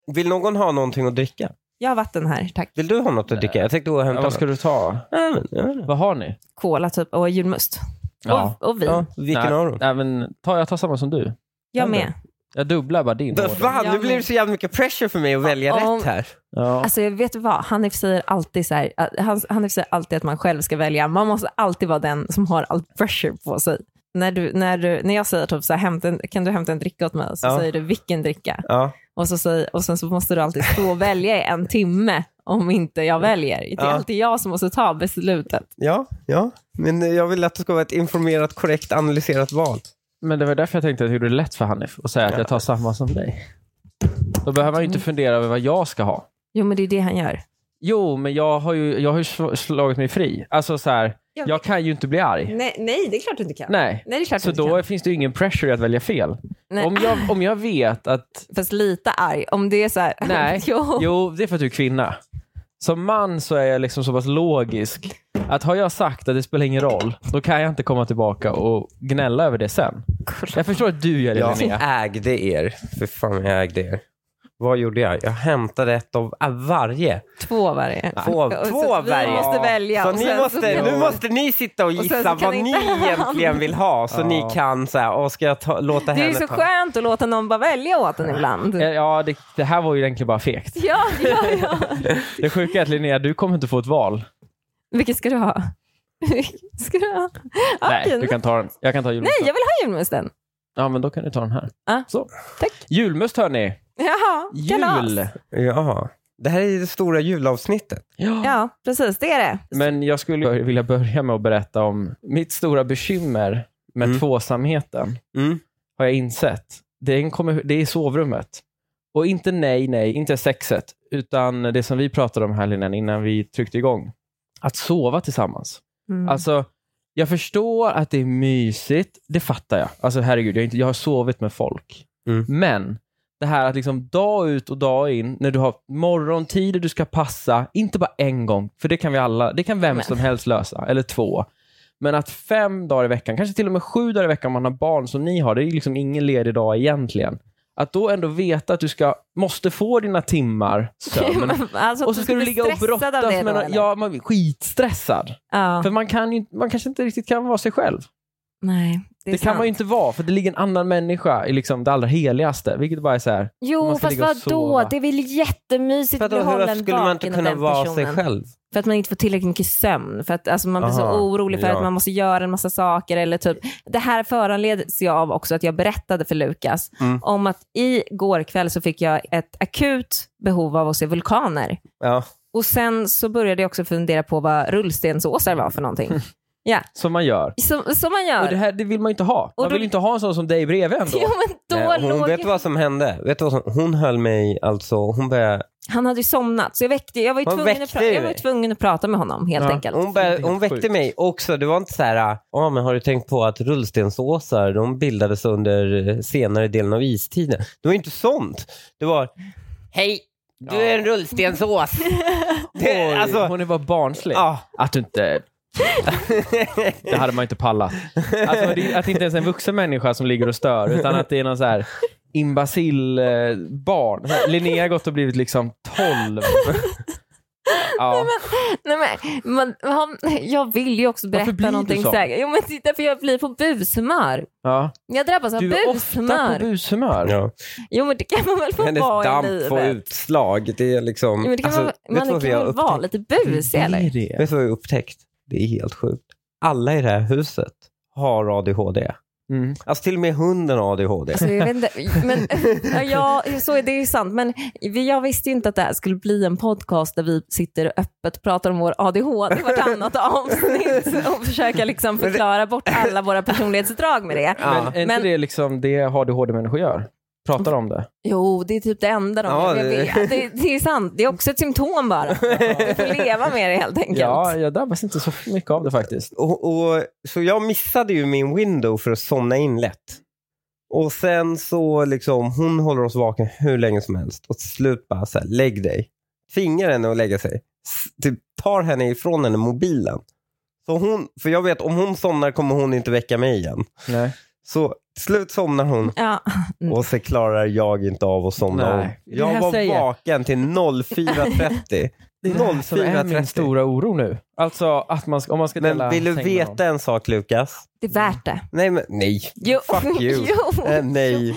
Vill någon ha någonting att dricka? Jag har vatten här, tack. Vill du ha något att dricka? Jag tänkte gå och hämta. Vad ska du ta? Vad har ni? Cola typ och julmust. Ja. Och vin. Ja, vilken av dem? Nej, men jag tar samma som du. Jag med. Jag dubblar bara din. Fan, nu blir det så jävla mycket pressure för mig att välja rätt här. Ja. Alltså jag vet vad, Hanif säger alltid så här, Hanif säger alltid att man själv ska välja. Man måste alltid vara den som har all pressure på sig. När jag säger typ så här, kan du hämta en dricka åt mig? Så säger du vilken dricka. Ja. Och sen så måste du alltid stå och välja i en timme om inte jag väljer. Det är alltid jag som måste ta beslutet. Ja. Men jag vill att det ska vara ett informerat, korrekt, analyserat val. Men det var därför jag tänkte att det gjorde det lätt för Hanif och säga att jag tar samma som dig. Då behöver man ju inte fundera över vad jag ska ha. Jo, men det är det han gör. Jo, men jag har ju slagit mig fri. Alltså så här, jag kan ju inte bli arg. Nej, det är klart du inte kan. Nej, det är klart så då finns det ju ingen pressure i att välja fel. Om jag vet att... Fast lite arg, om det är så här... Nej, jo, det är för att du är kvinna. Som man så är jag liksom så pass logisk att har jag sagt att det spelar ingen roll, då kan jag inte komma tillbaka och gnälla över det sen. Jag förstår att du gör det, Linnea. Jag ägde er. För fan, jag ägde er. Vad gjorde jag? Jag hämtade ett av varje. Två varje. Två varje. Vi måste välja. Så nu måste ni sitta och gissa vad ni egentligen vill ha. Så ni kan så här, ska jag låta henne ta. Det är så skönt att låta någon bara välja åt en ibland. Ja, det här var ju egentligen bara fegt. Ja. Det sjuka är att Linnea, du kommer inte få ett val. Vilket ska du ha? Ska du ha? Nej, du kan ta den. Jag kan ta julmusten. Nej, jag vill ha julmusten. Ja, men då kan du ta den här. Så. Tack. Julmust, hörni. Jaha, jul. Ja, det här är det stora julavsnittet. Ja, precis, det är det. Men jag skulle vilja börja med att berätta om mitt stora bekymmer med tvåsamheten. Har jag insett. Det är i sovrummet. Och inte inte sexet. Utan det som vi pratade om här, Linnea, innan vi tryckte igång. Att sova tillsammans. Alltså, jag förstår att det är mysigt. Det fattar jag. Alltså herregud, jag har sovit med folk. Men det här att liksom dag ut och dag in, när du har morgontider du ska passa, inte bara en gång, för det kan vi alla, det kan vem som helst lösa, eller 2. Men att 5 dagar i veckan, kanske till och med 7 dagar i veckan om man har barn som ni har, det är liksom ingen ledig dag egentligen. Att då ändå veta att du måste få dina timmar sömn. Alltså, och så ska du ligga och brottas med man blir skitstressad. För man kanske inte riktigt kan vara sig själv. Nej, det kan man ju inte vara, för det ligger en annan människa i liksom det allra heligaste, vilket bara är så här. Jo, fast vadå? Det är väl jättemysigt att behålla en vaken. Skulle man inte kunna vara sig själv? För att man inte får tillräckligt mycket sömn. För att alltså, man blir så orolig för att man måste göra en massa saker. Eller typ. Det här föranleds jag av också att jag berättade för Lukas om att igår kväll så fick jag ett akut behov av att se vulkaner. Ja. Och sen så började jag också fundera på vad rullstensåsar var för någonting. Ja. Som man gör. Som man gör. Och det vill man inte ha. Man vill inte ha en sån som dig bredvid ändå. Jo, men då vet vad som hände? Hon höll mig alltså, han hade ju somnat, så jag var ju tvungen att prata med honom helt enkelt. Hon väckte mig också. Det var inte så här, men har du tänkt på att rullstensåsar, de bildades under senare delen av istiden? Det var inte sånt. Det var, hej, du är en rullstensås. Alltså, hon är bara barnslig. Att du inte... Det hade man inte pallat. Alltså, att det inte ens är en vuxen människa som ligger och stör, utan att det är någon så här imbacill barn. Linnea har gått och blivit liksom 12. Ja. Jag vill ju också berätta någonting så? Jo, men titta, för jag blir på bushumör. Ja. Jag drabbas av bushumör. Du är ofta på bushumör. Ja. Jo, men det kan man väl få vara i livet. Damp och utslag. Det är liksom... Jo, men det kan man kan väl vara lite busig, eller? Vet du vad jag har upptäckt? Det är helt sjukt. Alla i det här huset har ADHD. Alltså till och med hunden har ADHD. Alltså, jag vet inte, men så är det ju sant. Men jag visste ju inte att det här skulle bli en podcast där vi sitter och öppet pratar om vår ADHD i vartannat avsnitt och försöker liksom förklara bort alla våra personlighetsdrag med det. Men är inte det liksom det ADHD-människor gör? Pratar om det? Jo, det är typ det enda det är sant. Det är också ett symptom bara. Du får leva med det helt enkelt. Ja, jag drabbas inte så mycket av det faktiskt. Så jag missade ju min window för att somna in lätt. Och sen så liksom, hon håller oss vaken hur länge som helst. Och till slut bara så här, lägg dig. Tvingar henne att lägga sig. Typ tar henne ifrån henne mobilen. Så för jag vet, om hon somnar kommer hon inte väcka mig igen. Nej. Så Slut somnar hon. Ja. Och så klarar jag inte av att somna om. Jag var vaken till 04.30. Det är min stora oro nu. Alltså att om man ska dela. Men vill du veta en sak, Lukas? Det är värt det. Nej. Jo. Fuck you. Nej.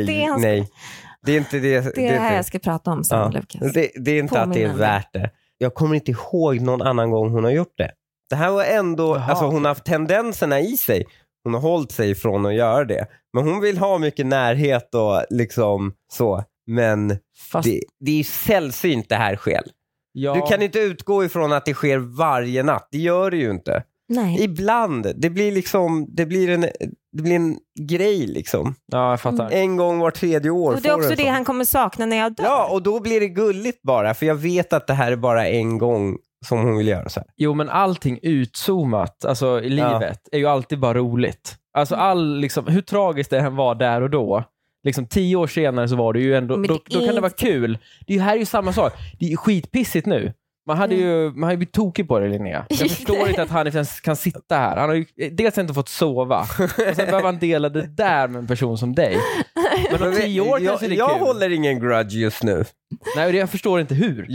Det är inte det. Det är här jag ska prata om sen, Lukas. Det är inte att det är värt det. Jag kommer inte ihåg någon annan gång hon har gjort det. Det här var ändå, alltså hon har haft tendenserna i sig. Hon har hållit sig ifrån att göra det. Men hon vill ha mycket närhet och liksom så. Men det är sällsynt det här sker. Ja. Du kan inte utgå ifrån att det sker varje natt. Det gör det ju inte. Nej. Ibland. Det blir en grej liksom. Ja, jag fattar. En gång var 3:e år. Och det är också det han kommer sakna när jag dör. Ja, och då blir det gulligt bara. För jag vet att det här är bara en gång som hon vill göra så här. Jo, men allting utzoomat, alltså i livet, är ju alltid bara roligt. Alltså liksom, hur tragiskt det än var där och då. Liksom 10 år senare så var det ju ändå, då kan det vara kul. Det här är ju samma sak. Det är ju skitpissigt nu. Man hade ju blivit tokig på det, Linnea. Jag förstår inte att han ens kan sitta här. Han har ju dels inte fått sova. Och sen behöver han dela det där med en person som dig. Men om 10 år kanske det är jag kul. håller ingen grudge just nu. Nej, jag förstår inte hur.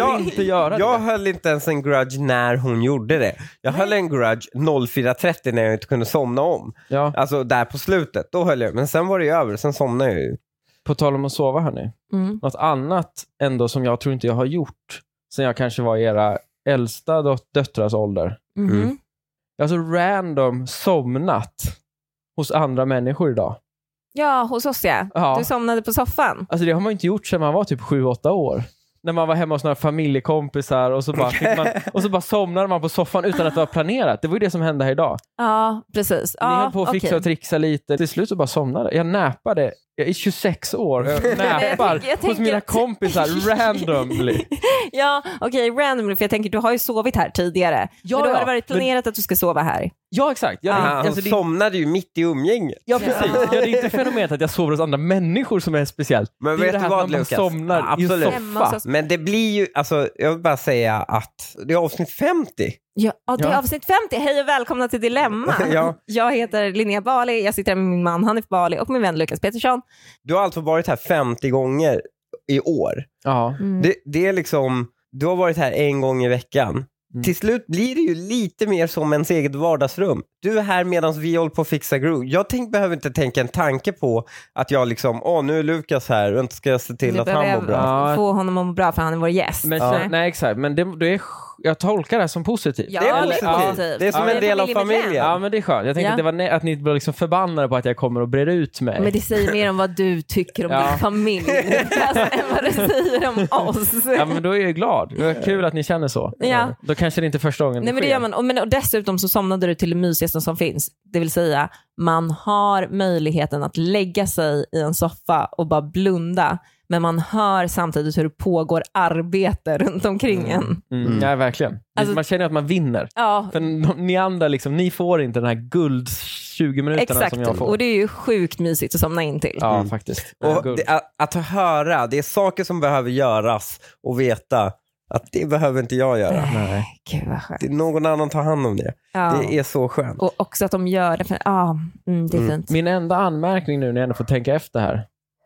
Jag höll inte ens en grudge när hon gjorde det. Jag höll en grudge 04.30 när jag inte kunde somna om. Ja. Alltså där på slutet, då höll jag. Men sen var det över, sen somnade jag ju. På tal om att sova, hörni. Något annat ändå som jag tror inte jag har gjort sen jag kanske var i era äldsta döttrars ålder. Jag har så random somnat hos andra människor idag. Ja, hos oss ja. Du somnade på soffan. Alltså det har man inte gjort sedan man var typ 7-8 år. När man var hemma hos några familjekompisar och så bara somnade man på soffan utan att det var planerat. Det var ju det som hände här idag. Ja, precis. Ni höll på att fixa och trixa lite. Till slut så bara somnade. Jag näpade. Jag är 26 år. Jag näpar hos mina kompisar randomly. Ja, okej, randomly. För jag tänker, du har ju sovit här tidigare. Ja, men då har det varit planerat att du ska sova här. Ja, exakt. Han somnade ju mitt i umgänget. Ja, precis. Ja, det är inte fenomenet att jag sover hos andra människor som är speciellt. Men vet du vad, Lukas? Somnar i soffa. Men det blir ju, alltså, jag vill bara säga att det är avsnitt 50. Ja, det är avsnitt 50. Hej och välkomna till Dilemma. Jag heter Linnea Bali, jag sitter här med min man Hanif Bali och min vän Lukas Petersson. Du har alltså varit här 50 gånger i år. Ja. Det är liksom, du har varit här en gång i veckan. Till slut blir det ju lite mer som ens eget vardagsrum. Du är här medan vi håller på att fixa Groove. Jag behöver inte tänka en tanke på att jag liksom, nu är Lukas här och inte ska jag se till att han mår bra. Få honom att må bra för han är vår gäst. Men, nej, exakt. Men det är, jag tolkar det som positivt. Ja, det är positivt. Det är som en del av familjen. Ja, men det är skönt. Jag tänkte att det var att ni blev liksom förbannade på att jag kommer och breder ut mig. Men det säger mer om vad du tycker om din familj än vad det säger om oss. Ja, men då är jag glad. Det var kul att ni känner så. Ja. Då kanske det inte är första gången. Nej, men det gör man. Och dessutom så somnade du till det mysigaste som finns. Det vill säga, man har möjligheten att lägga sig i en soffa och bara blunda. Men man hör samtidigt hur det pågår arbete runt omkring en. Ja, verkligen. Alltså, man känner att man vinner. Ja. För ni andra, liksom, ni får inte den här guld 20 minuterna som jag får. Och det är ju sjukt mysigt att somna in till. Ja, faktiskt. Och att höra, det är saker som behöver göras och veta att det behöver inte jag göra. Nej, gud vad skönt. Det är någon annan tar hand om det. Ja. Det är så skönt. Och också att de gör det. För, det är fint. Min enda anmärkning nu när jag ändå får tänka efter här.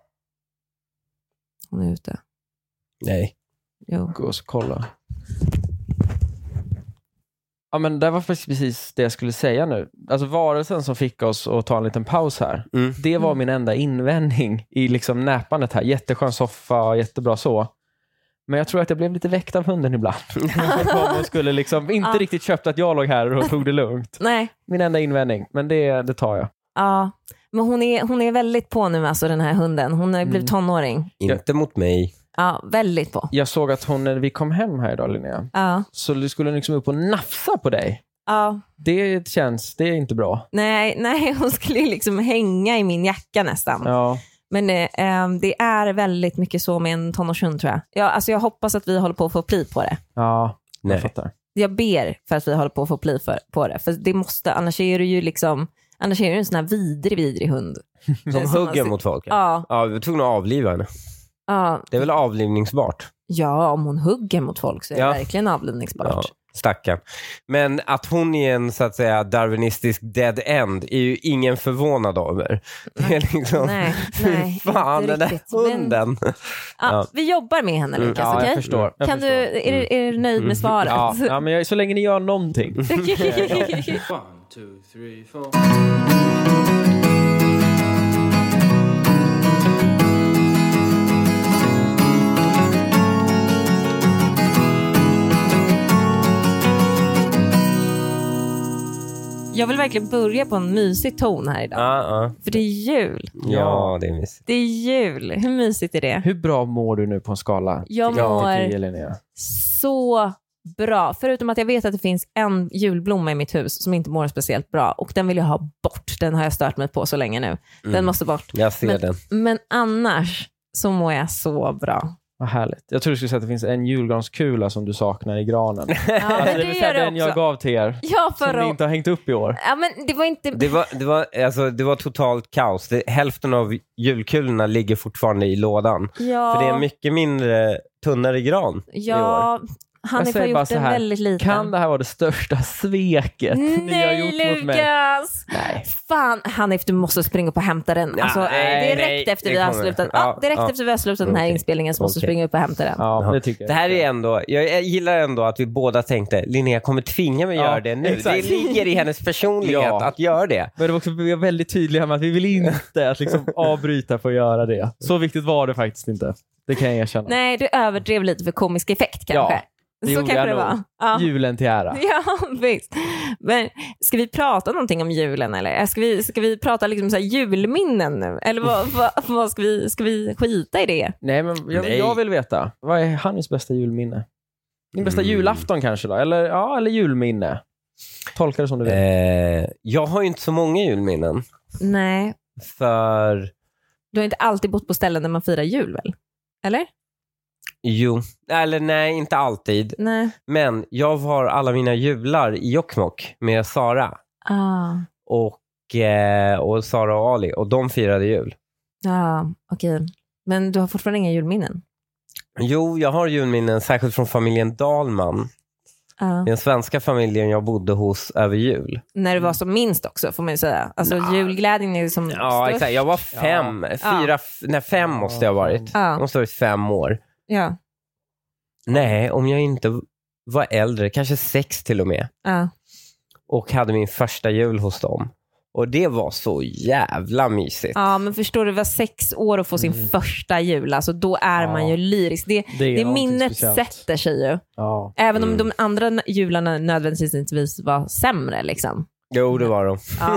Hon är ute. Nej. Jo. Gå och kolla. Ja, men det var precis det jag skulle säga nu. Alltså varelsen som fick oss att ta en liten paus här. Det var min enda invändning i liksom näpandet här. Jätteskön soffa, jättebra så. Men jag tror att jag blev lite väckt av hunden ibland. Hon skulle liksom inte riktigt köpt att jag låg här och tog det lugnt. Nej. Min enda invändning, men det tar jag. Ja, men hon är väldigt på nu, alltså den här hunden. Hon har blivit tonåring. Inte mot mig. Ja, väldigt på. Jag såg att hon, när vi kom hem här idag, Linnea, så skulle hon liksom upp och nafsa på dig. Ja. Det är inte bra. Nej, hon skulle liksom hänga i min jacka nästan. Ja. Men det är väldigt mycket så med en tonårshund, tror jag. Jag hoppas att vi håller på att få pli på det. Ja, jag fattar. Jag ber för att vi håller på att få pli på det. För det måste, annars är det ju liksom... Annars är det en sån här vidrig hund. Som hugger mot folk. Ja, vi var tvungna att avliva henne. Ja. Det är väl avlivningsbart? Ja, om hon hugger mot folk så är det verkligen avlivningsbart. stackarn. Men att hon är en så att säga darwinistisk dead end är ju ingen förvånad över. Det är liksom, nej, fan den där hunden. Men, vi jobbar med henne, Lukas, ja, okej? Jag förstår. Är du nöjd med svaret? Ja, men så länge ni gör någonting. 1, 2, 3, 4. Jag vill verkligen börja på en mysig ton här idag. För det är jul. Ja, det är mysigt. Det är jul. Hur mysigt är det? Hur bra mår du nu på en skala? Jag mår så bra. Förutom att jag vet att det finns en julblomma i mitt hus som inte mår speciellt bra. Och den vill jag ha bort. Den har jag stört mig på så länge nu. Den måste bort. Jag ser den. Men annars så mår jag så bra. Vad härligt. Jag tror du skulle säga att det finns en julgranskula som du saknar i granen. Ja, alltså, det vill säga den jag gav till er. Ja, som ni inte har hängt upp i år. Ja, men det var inte... Det var totalt kaos. Hälften av julkulorna ligger fortfarande i lådan. Ja. För det är mycket mindre tunnare gran i år. Hanif har gjort den väldigt liten. Kan det här vara det största sveket ni har gjort mot mig? Lukas! Nej, fan, Hanif, du måste springa upp och hämta den. Alltså, direkt efter vi har slutat den här inspelningen så måste du springa upp och hämta den. Ja, det tycker jag. Det här är ändå, jag gillar ändå att vi båda tänkte, Linnea kommer tvinga mig att göra det nu. Exakt. Det ligger i hennes personlighet att göra det. Men det var också, vi var väldigt tydliga med att vi vill inte att liksom avbryta för att göra det. Så viktigt var det faktiskt inte. Det kan jag erkänna. Nej, du överdrev lite för komisk effekt kanske. Ja. Det så kanske det var. Ja. Julen till ära. Ja, visst. Men ska vi prata någonting om julen eller? Ska vi prata liksom så här julminnen nu? Eller vad ska vi skita i det? Nej, men jag vill veta. Vad är Hannis bästa julminne? Din bästa julafton kanske då? Eller julminne? Tolka det som du vill. Jag har ju inte så många julminnen. Nej. För... Du har inte alltid bott på ställen där man firar jul väl? Eller? Jo, eller nej, inte alltid. Nej. Men jag har alla mina jular i Jokkmokk med Sara. Och Sara och Ali. Och de firade jul. Ja, okej. Men du har fortfarande inga julminnen? Jo, jag har julminnen, särskilt från familjen Dahlman. Den svenska familjen jag bodde hos över jul. När du var som minst också, får man ju säga. Alltså julglädjen är ju som störst. Exakt. Jag var 5 måste jag ha varit. Jag måste ha varit 5 år. Ja. Nej, om jag inte var äldre, kanske 6 till och med. Och hade min första jul hos dem. Och det var så jävla mysigt. Ja, men förstår du, var 6 år och få sin första jul. Alltså då är man ju lyrisk. Det minnet sätter sig ju. Ja. Även om de andra jularna nödvändigtvis inte var sämre liksom. Jo, det var de.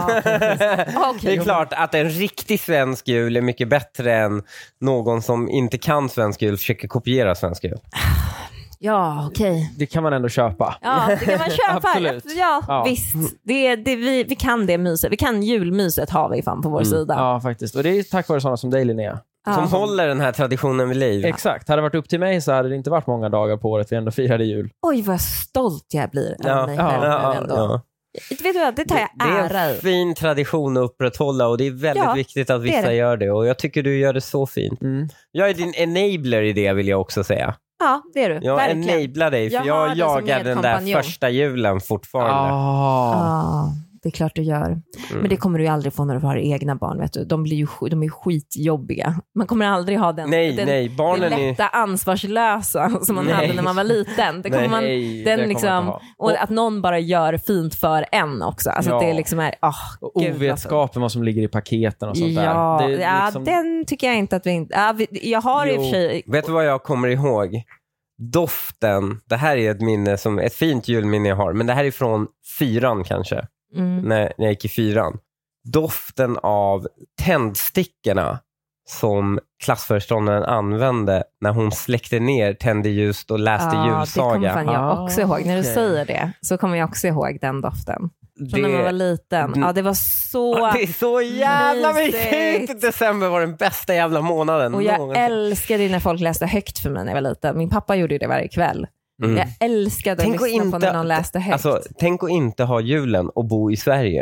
Det är klart att en riktig svensk jul är mycket bättre än någon som inte kan svensk jul försöker kopiera svensk jul. Ja, okej. Det kan man ändå köpa. Ja, det kan man köpa. Absolut. Ja, visst. Vi kan det myset. Vi kan julmyset ha vi fan på vår sida. Ja, faktiskt. Och det är tack vare sådana som dig, Linnea. Som håller den här traditionen vid liv. Exakt. Hade det varit upp till mig så hade det inte varit många dagar på året vi ändå firade jul. Oj, vad stolt jag blir över mig själv ändå. Vet du vad, det tar jag ära i. Det är en fin tradition att upprätthålla och det är väldigt viktigt att vissa gör det. Och jag tycker du gör det så fint. Jag är din enabler i det, vill jag också säga. Ja, det är du. Jag enablar dig, för jag jagar den där första julen fortfarande. Det är klart du gör. Men det kommer du ju aldrig få när du har egna barn, vet du. De är skitjobbiga. Man kommer aldrig ha den lätta ansvarslösa som man hade när man var liten. Det kommer man och att någon bara gör fint för en också. Alltså det liksom är ovetskapen vad som ligger i paketen och sånt där. Den tycker jag inte att vi inte... jag har i och för sig... Vet du vad jag kommer ihåg? Doften, det här är ett minne som ett fint julminne jag har, men det här är från 4:an kanske. När jag gick i 4:an. Doften av tändstickorna som klassföreståndaren använde när hon släckte ner, tände ljus och läste julsaga. Det kommer jag också ihåg. När du säger det så kommer jag också ihåg den doften. Från när man var liten. Ja, det var så... Det är så jävla mysigt. December var den bästa jävla månaden. Och jag älskade när folk läste högt för mig när jag var liten. Min pappa gjorde det varje kväll. Jag älskade att lyssna på när någon läste högt. Alltså, tänk att inte ha julen och bo i Sverige.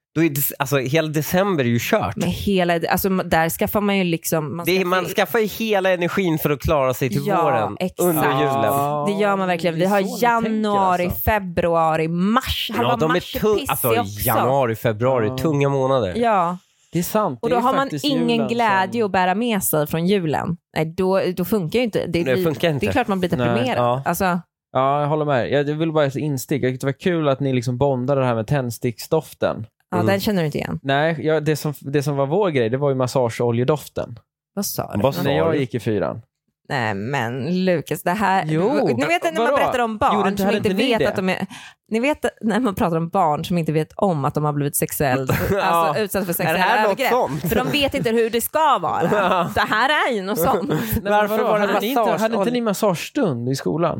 Då är alltså, hela december är ju kört. Men där skaffar man ju liksom... Man skaffar ju hela energin för att klara sig till våren. Exakt. Under julen. Det gör man verkligen. Vi har januari, februari, mars. Ja, de är tunga. Januari, februari, tunga månader. Ja. Det är sant. Och då har man ingen glädje att bära med sig från julen. Nej, då funkar ju inte. Det funkar inte. Det är klart man blir deprimerad. Ja. Alltså... Ja, jag håller med. Jag vill bara instick. Jag tyckte det var kul att ni liksom bondade det här med tändsticksdoften. Ja, den känner du inte igen. Nej, det som var vår grej, det var ju massageoljedoften. Vad sa du? När jag gick i 4:an. Nej, men Lukas, det här... Jo, ni vet när man berättar om barn som inte vet att de är... Ni vet när man pratar om barn som inte vet om att de har blivit sexuellt alltså utsatt för sexuella övergrepp. För de vet inte hur det ska vara. Det här är ju något sånt. Varför var det hade inte ni massagestund i skolan?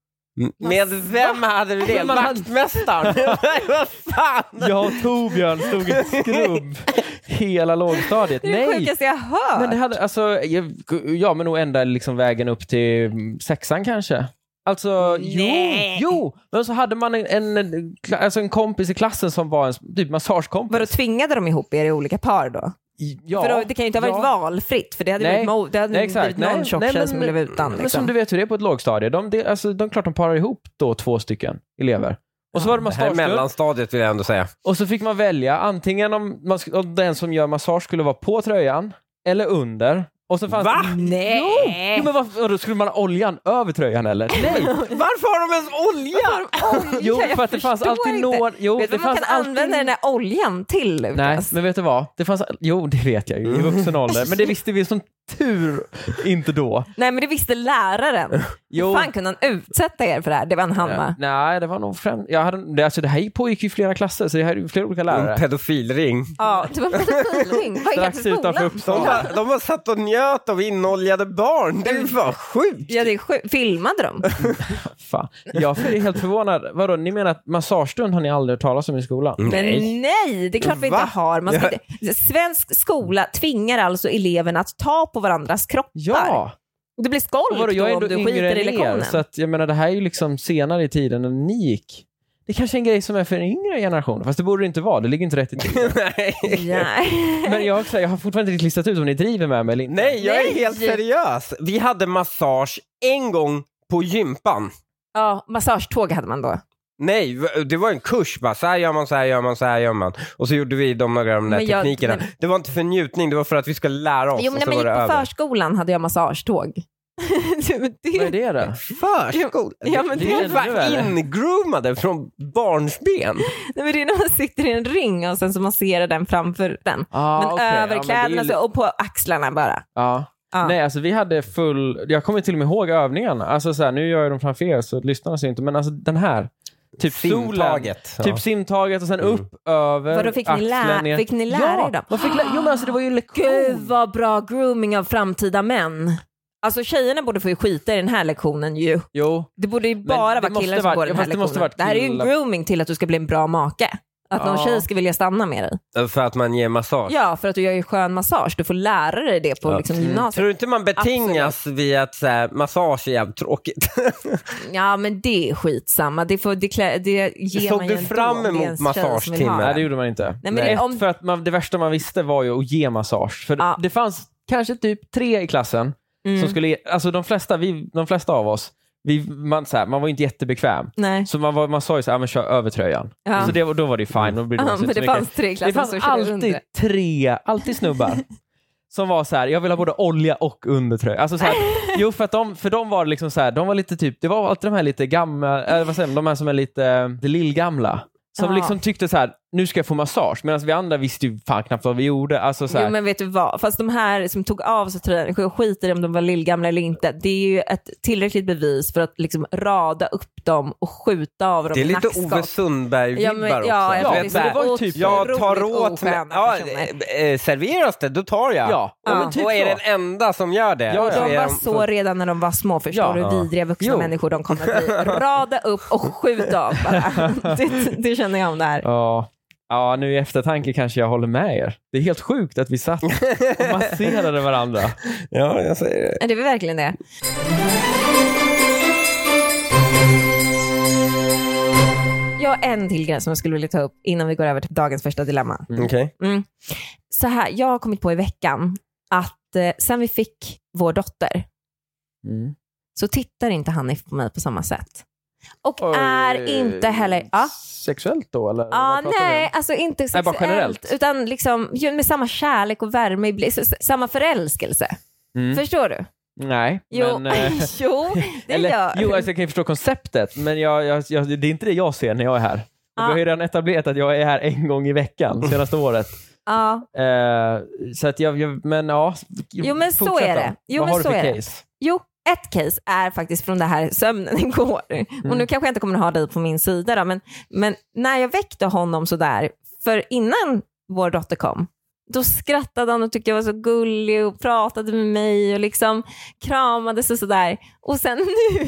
Med vem hade vi det? Vaktmästaren? Vad fan? Jag och Torbjörn stod i skrubb hela lågstadiet. Det är det sjukaste jag hört. Men det hade, alltså, men nog ända liksom vägen upp till 6:an kanske. Alltså, jo. Men så hade man en kompis i klassen som var en typ massagekompis. Vadå, tvingade de ihop er i olika par då? Ja, för då, det kan ju inte ha varit valfritt, för det hade blivit någon tjocktjej som blev utan. Men som du vet hur det är på ett lågstadie. Klart de parar ihop då 2 stycken elever. Och så var det massagestund. Det här mellanstadiet vill jag ändå säga. Och så fick man välja antingen om den som gör massage skulle vara på tröjan eller under. Och så fanns Va? Nej! Jo, men då skulle man ha oljan över tröjan eller? Nej! Varför har de ens olja? Jo, för att det fanns alltid någon... Vet du vad man kan använda den här oljan till, Lukas? Nej, men vet du vad? Det vet jag ju i vuxen ålder. Men det visste vi som tur inte då. Nej, men det visste läraren. Hur fan kunde han utsätta er för det här? Det var en Hanna. Nej, det var nog främst... det här pågick ju flera klasser, så det här är ju flera olika lärare. En pedofilring. Ja, det var en pedofilring. Strax utanför Uppsala. De har satt och njöt av inoljade barn. Det är bara sjukt. Ja, det är sjukt. Filmade de? Fan. Jag är helt förvånad. Vadå, ni menar att massagestund har ni aldrig hört talas om i skolan? Men nej, det är klart vi inte har. Svensk skola tvingar alltså eleverna att ta på varandras kroppar. Ja. Det blir skolk då om du skiter i lektionen. Så att, jag menar, det här är ju liksom senare i tiden när ni gick. Det är kanske en grej som är för en yngre generation. Fast det borde det inte vara. Det ligger inte rätt i tiden. Nej. Men jag har fortfarande inte listat ut om ni driver med mig eller inte. Nej, jag är helt seriös. Vi hade massage en gång på gympan. Ja, massagetåg hade man då. Nej, det var en kurs bara. Så här gör man, så här gör man, så här gör man. Och så gjorde vi de där teknikerna. Det var inte för njutning, det var för att vi skulle lära oss. Jo, men när man gick på förskolan hade jag massagetåg. Vad är det då? Förskolan? Ja, men det var ingroomade från barnsben. Nej, men det är när man sitter i en ring och sen så masserar den framför den. Men överkläderna och på axlarna bara. Ja. Nej, alltså vi hade jag kommer till och med ihåg övningarna. Alltså så här, nu gör jag dem framför er så lyssnarna ser inte, men alltså den här typ simtaget. Solen, typ simtaget och sen upp över. Vadå, fick ni lära er dem? Jo, men alltså det var ju en lektion. Gud, vad bra grooming av framtida män. Alltså tjejerna borde få skita i den här lektionen ju. Jo. Det borde ju bara vara killar som går den här lektionen. Det här är ju en grooming till att du ska bli en bra make. Att någon tjej ska vilja stanna med dig. För att man ger massage? Ja, för att du gör ju skön massage. Du får lära dig det på liksom gymnasiet. Tror du inte man betingas vid att så här, massage är jävligt tråkigt? Ja, men det är skitsamma. Det ger såg man du fram emot massagetimmen? Nej, det gjorde man inte. Nej, för att det värsta man visste var ju att ge massage. För det fanns kanske typ 3 i klassen som skulle... Alltså de flesta av oss, man var inte jättebekväm. Nej. Så man sa ju så här, men kör över tröjan. Ja. Så då var det fine. Då blir det men det fanns 3 i klassen. Det fanns alltid snubbar som var så här, jag vill ha både olja och undertröja. Alltså så här, jo, för de var liksom så här, de var lite typ, det var alltid de här lite gamla, vad säger man, de här som är lite lillgamla. Som liksom tyckte så här, nu ska jag få massage. Medan vi andra visste ju fan knappt vad vi gjorde. Alltså så här. Jo, men vet du vad? Fast de här som tog av sig tröjan, skiter om de var lillgamla eller inte. Det är ju ett tillräckligt bevis för att liksom rada upp dem och skjuta av dem. Det är lite Ove Sundberg-vibbar också. Det var typ jag tar åt mig. Serveras det, då tar jag. Ja. Men typ och är den enda som gör det. Ja, de var så redan när de var små. Förstår du hur vidriga vuxna människor de kommer att bli. Rada upp och skjuta av bara. Det känner jag om det här. Ja, nu i eftertanke kanske jag håller med er. Det är helt sjukt att vi satt och masserade varandra. Ja, jag säger det. Det är verkligen det. har en till grej som jag skulle vilja ta upp innan vi går över till dagens första dilemma. Okej. Så här, jag har kommit på i veckan att sen vi fick vår dotter så tittar inte Hanif på mig på samma sätt. Och är inte heller... Ja. Sexuellt då? Eller? Ja, nej, alltså inte sexuellt. Bara generellt. Utan liksom med samma kärlek och värme, samma förälskelse. Förstår du? Nej. Jo, men, jo det gör. Jo, alltså, jag kan ju förstå konceptet, men det är inte det jag ser när jag är här. Vi har ju redan etablerat att jag är här en gång i veckan senaste året. Ja. Så att men ja. Jo, men så är det. Vad har du för case? Jo, ett case är faktiskt från det här sömnen igår. Och nu kanske jag inte kommer att ha dig på min sida då, men när jag väckte honom så där, för innan vår dotter kom, då skrattade han och tyckte jag var så gullig och pratade med mig och liksom kramades och sådär. Och sen nu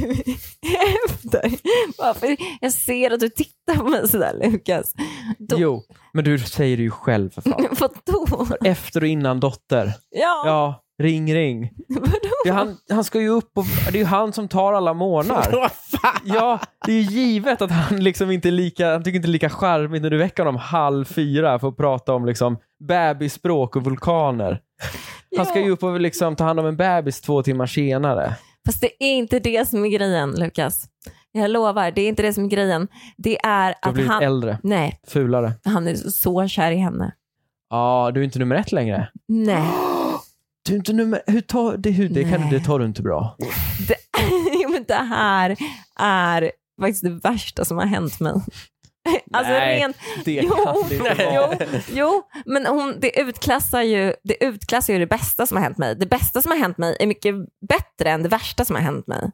efter, varför jag ser att du tittar på mig sådär, Lukas. Jo, men du säger det ju själv för fan. Vadå? Efter och innan dotter. Ja. Ring. Vadå? Han ska ju upp och det är ju han som tar alla månar. Ja, det är ju givet att han liksom inte är lika, han tycker inte lika charmigt när du väcker honom 3:30 för att prata om liksom bebisspråk och vulkaner. Han ska ju upp och liksom ta hand om en bebis 2 timmar senare. Fast det är inte det som är grejen, Lukas. Jag lovar, det är inte det som är grejen. Det är att han... äldre. Nej. Fulare. Han är så kär i henne. Ja, du är inte nummer 1 längre. Nej. Du är inte nummer... Det tar du inte bra. Men det här är faktiskt det värsta som har hänt mig. Alltså nej, det kan det inte vara. Jo, men det utklassar ju det bästa som har hänt mig. Det bästa som har hänt mig är mycket bättre än det värsta som har hänt mig.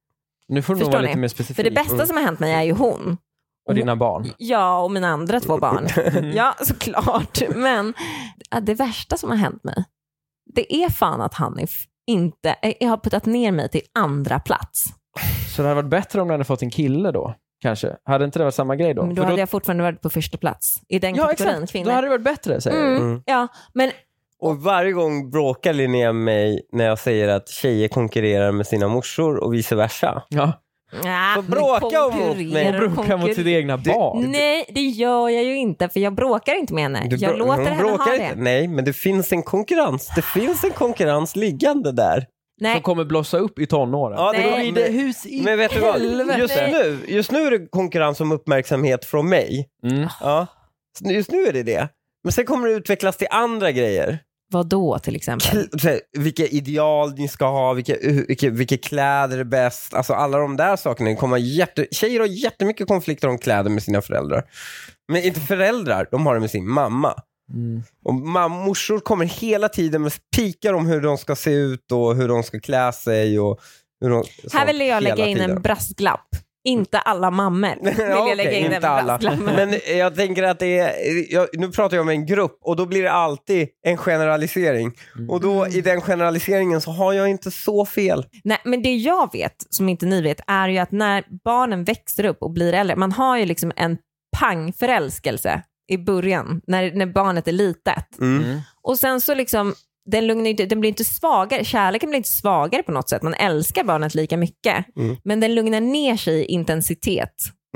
Nu får du nog vara lite mer specifik. För det bästa som har hänt mig är ju hon. Och dina barn. Ja, och mina andra 2 barn. Ja, såklart. Men det värsta som har hänt mig, det är fan att Hanif inte har puttat ner mig till andra plats. Så det hade varit bättre om du hade fått en kille då? Kanske. Hade inte det varit samma grej då? Men då hade jag fortfarande varit på första plats. I den kategorin kvinnor. Då hade det varit bättre, säger du. Ja, men... Och varje gång bråkar Linnea mig när jag säger att tjejer konkurrerar med sina morsor och vice versa. Ja. Så bråka mot mig. Bråka mot sitt egna barn. Nej, det gör jag ju inte, för jag bråkar inte med henne. Jag låter henne ha det. Inte. Nej, men det finns en konkurrens. Det finns en konkurrens liggande där. Nej. Som kommer blossa upp i tonåren. Ja, det blir hus i men vet du vad? Just nu är det konkurrens om uppmärksamhet från mig. Ja. Just nu är det. Men sen kommer det utvecklas till andra grejer. Vad då till exempel? Vilka ideal ni ska ha, vilka kläder är bäst. Alltså alla de där sakerna kommer tjejer har jättemycket konflikter om kläder med sina föräldrar. Men inte föräldrar, de har det med sin mamma. Och morsor kommer hela tiden med pikar om hur de ska se ut och hur de ska klä sig och hur de, här vill jag lägga in en brasklapp. Inte alla mammor vill jag lägga in en brasklapp. Men jag tänker att nu pratar jag om en grupp och då blir det alltid en generalisering. Och då i den generaliseringen så har jag inte så fel. Nej, men det jag vet, som inte ni vet, är ju att när barnen växer upp och blir äldre, man har ju liksom en pangförälskelse i början när barnet är litet. Och sen så liksom den blir inte svagare, kärleken blir inte svagare på något sätt. Man älskar barnet lika mycket. Men den lugnar ner sig i intensitet.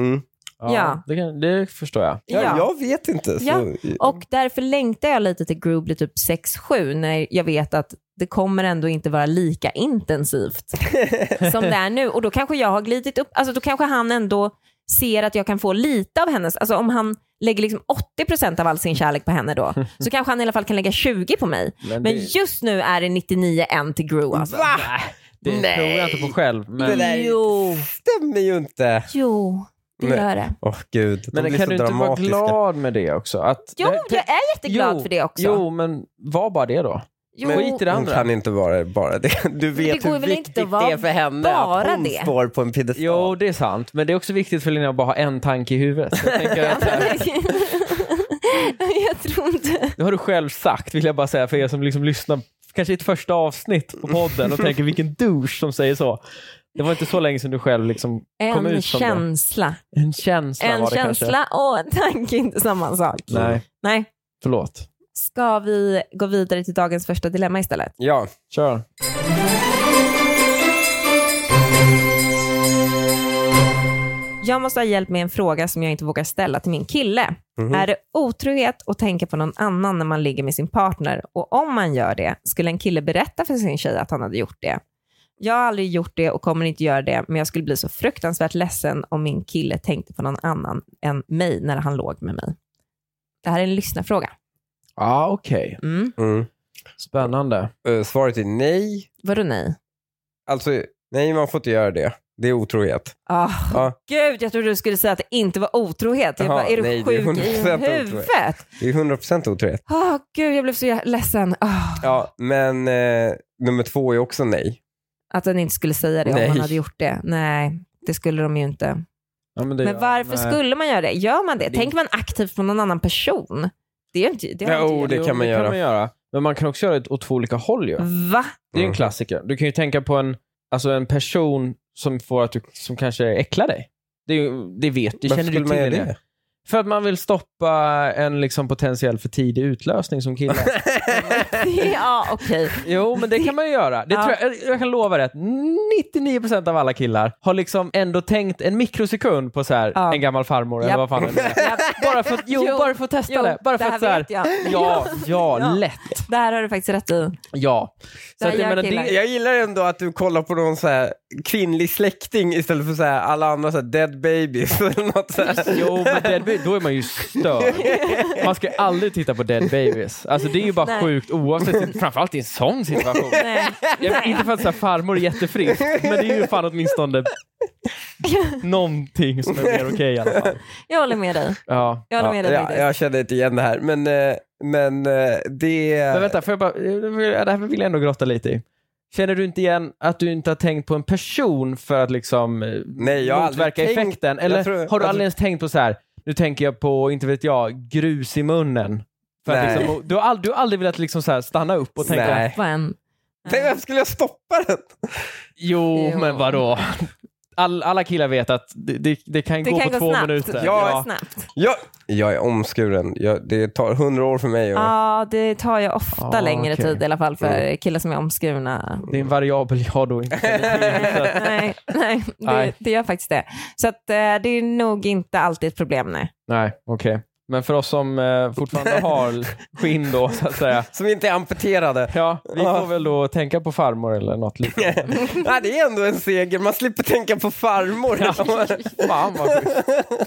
Ja. Det förstår jag. Ja, jag vet inte. Så... Ja. Och därför längtar jag lite till Groovy typ 6-7 när jag vet att det kommer ändå inte vara lika intensivt som det är nu. Och då kanske jag har glidit upp, alltså då kanske han ändå ser att jag kan få lite av hennes, alltså om han lägger liksom 80% av all sin kärlek på henne då, så kanske han i alla fall kan lägga 20 på mig. Men just nu är det 99-1 till Gro alltså. Va? Det tror jag inte på själv. Men... Det där stämmer ju inte. Jo, det gör det. Gud, men kan du inte vara glad med det också? Jag är jätteglad för det också. Jo, men var bara det då. Men skit i det andra. Kan inte vara bara det. Du vet hur viktigt det är för henne att hon står på en piedestal. Jo, det är sant. Men det är också viktigt för Linnea att bara ha en tanke i huvudet. Jag tror inte. Det har du själv sagt, vill jag bara säga för er som liksom lyssnar kanske i ett första avsnitt på podden och tänker vilken douche som säger så. Det var inte så länge sedan du själv liksom kom ut som känsla. En känsla var det kanske. En känsla och en tanke, inte samma sak. Nej. Förlåt. Ska vi gå vidare till dagens första dilemma istället? Ja, kör. Jag måste ha hjälp med en fråga som jag inte vågar ställa till min kille. Är det otrohet att tänka på någon annan när man ligger med sin partner? Och om man gör det, skulle en kille berätta för sin tjej att han hade gjort det? Jag har aldrig gjort det och kommer inte göra det, men jag skulle bli så fruktansvärt ledsen om min kille tänkte på någon annan än mig när han låg med mig. Det här är en lyssnarfråga. Ja, okej. Spännande. Svaret är nej. Vadå nej? Alltså, nej, man får inte göra det. Det är otrohet. Gud, jag trodde du skulle säga att det inte var otrohet. Jag bara, är du sjuk i huvudet? Det är 100% otrohet. Gud, jag blev så ledsen. Ja, men nummer 2 är också nej. Att den inte skulle säga det om man hade gjort det. Nej, det skulle de ju inte. Ja, men varför skulle man göra det? Gör man det? Tänker man aktivt på någon annan person? Det är inte, det kan man göra. Men man kan också göra det åt 2 olika håll ju. Va? Det är en klassiker. Du kan ju tänka på en person som får att som kanske äcklar dig. Det vet du. Känner du till det? För att man vill stoppa en liksom potentiell för tidig utlösning som kille. Ja, okej. Jo, men det kan man ju göra. Det tror jag kan lova dig att 99% av alla killar har liksom ändå tänkt en mikrosekund på så här en gammal farmor eller vad fan det är. Bara för att testa det. Bara för att så här, lätt. Det här har du faktiskt rätt i. Ja. Så att jag gillar ändå att du kollar på någon så här kvinnlig släkting istället för så här alla andra så här dead babies eller något så här. Jo, men dead babies, då är man ju störd. Man ska aldrig titta på dead babies. Alltså det är ju bara sjukt oavsett, framförallt i en sån situation. Inte för att så här, farmor är jättefrisk, men det är ju fan åtminstone någonting som är mer okej i alla fall. Jag håller med dig. Ja. Jag håller med dig. Jag känner inte igen det här, men det... Men vänta, det här vill jag ändå grotta lite i. Känner du inte igen att du inte har tänkt på en person för att liksom motverka effekten? Eller har du aldrig ens tänkt på så här, nu tänker jag på, inte vet jag, grus i munnen. För att liksom, du har aldrig velat liksom så här stanna upp och tänka... Nej, vem skulle jag stoppa den? Jo, men vadå? Alla killar vet att det kan gå på 2 minuter. Jag är omskuren. Det tar 100 år för mig. Ja, det tar ju ofta längre tid i alla fall för killar som är omskurna. Det är en variabel jag då inte Nej, det gör faktiskt det. Så att, det är nog inte alltid ett problem. Nej, okej. Men för oss som fortfarande har skinn då, så att säga. Som inte är amputerade. Ja, vi får väl då tänka på farmor eller något liknande. Nej, det är ändå en seger. Man slipper tänka på farmor. Fan vad sjukt.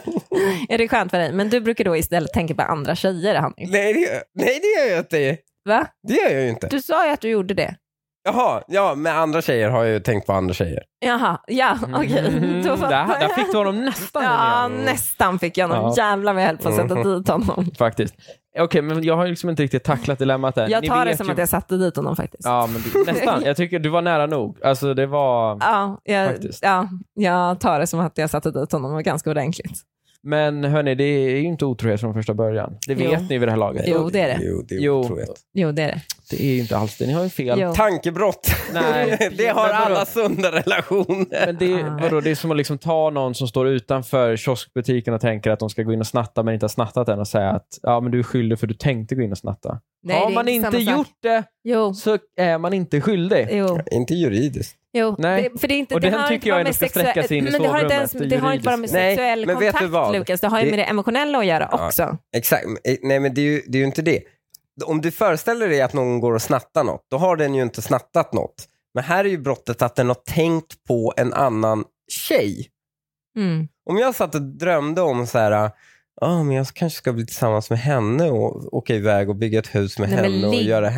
Är det skönt för dig? Men du brukar då istället tänka på andra tjejer, Hanni. Nej, det gör jag inte. Va? Det gör jag ju inte. Du sa ju att du gjorde det. Jaha, ja, med andra tjejer har jag ju tänkt på andra tjejer. Jaha, ja, okej. Där fick du honom nästan. Ja, nästan fick jag honom. Jävlar vad jag höll på att sätta dit honom. Faktiskt. Okej, men jag har liksom inte riktigt tacklat dilemmat där. Jag tar det som att jag satte dit honom faktiskt. Ja, men nästan. Jag tycker du var nära nog. Alltså det var faktiskt. Ja, jag tar det som att jag satte dit honom ganska ordentligt. Men hörni, det är ju inte otrohet från första början. Det vet ni vid det här laget. Jo, det är det. Jo, det är otrohet. Jo, det är det. Det är ju inte alls det. Ni har ju fel. Jo. Tankebrott. Nej. Det har alla sunda relationer. Men det är som att liksom ta någon som står utanför kioskbutiken och tänker att de ska gå in och snatta men inte har snattat den och säga att men du är skyldig för du tänkte gå in och snatta. Nej, har man inte gjort det så är man inte skyldig. Jo. Inte juridiskt. Jo, nej. För det är inte, och det den tycker jag ändå ska sträcka sig in i sovrummet. Det har inte bara med sexuell kontakt, Lukas. Det har ju med det emotionella att göra också. Exakt. Nej, men det är ju inte det. Om du föreställer dig att någon går och snattar något, då har den ju inte snattat något. Men här är ju brottet att den har tänkt på en annan tjej. Mm. Om jag satt och drömde om så här... men jag kanske ska bli tillsammans med henne och åka iväg och bygga ett hus med henne och göra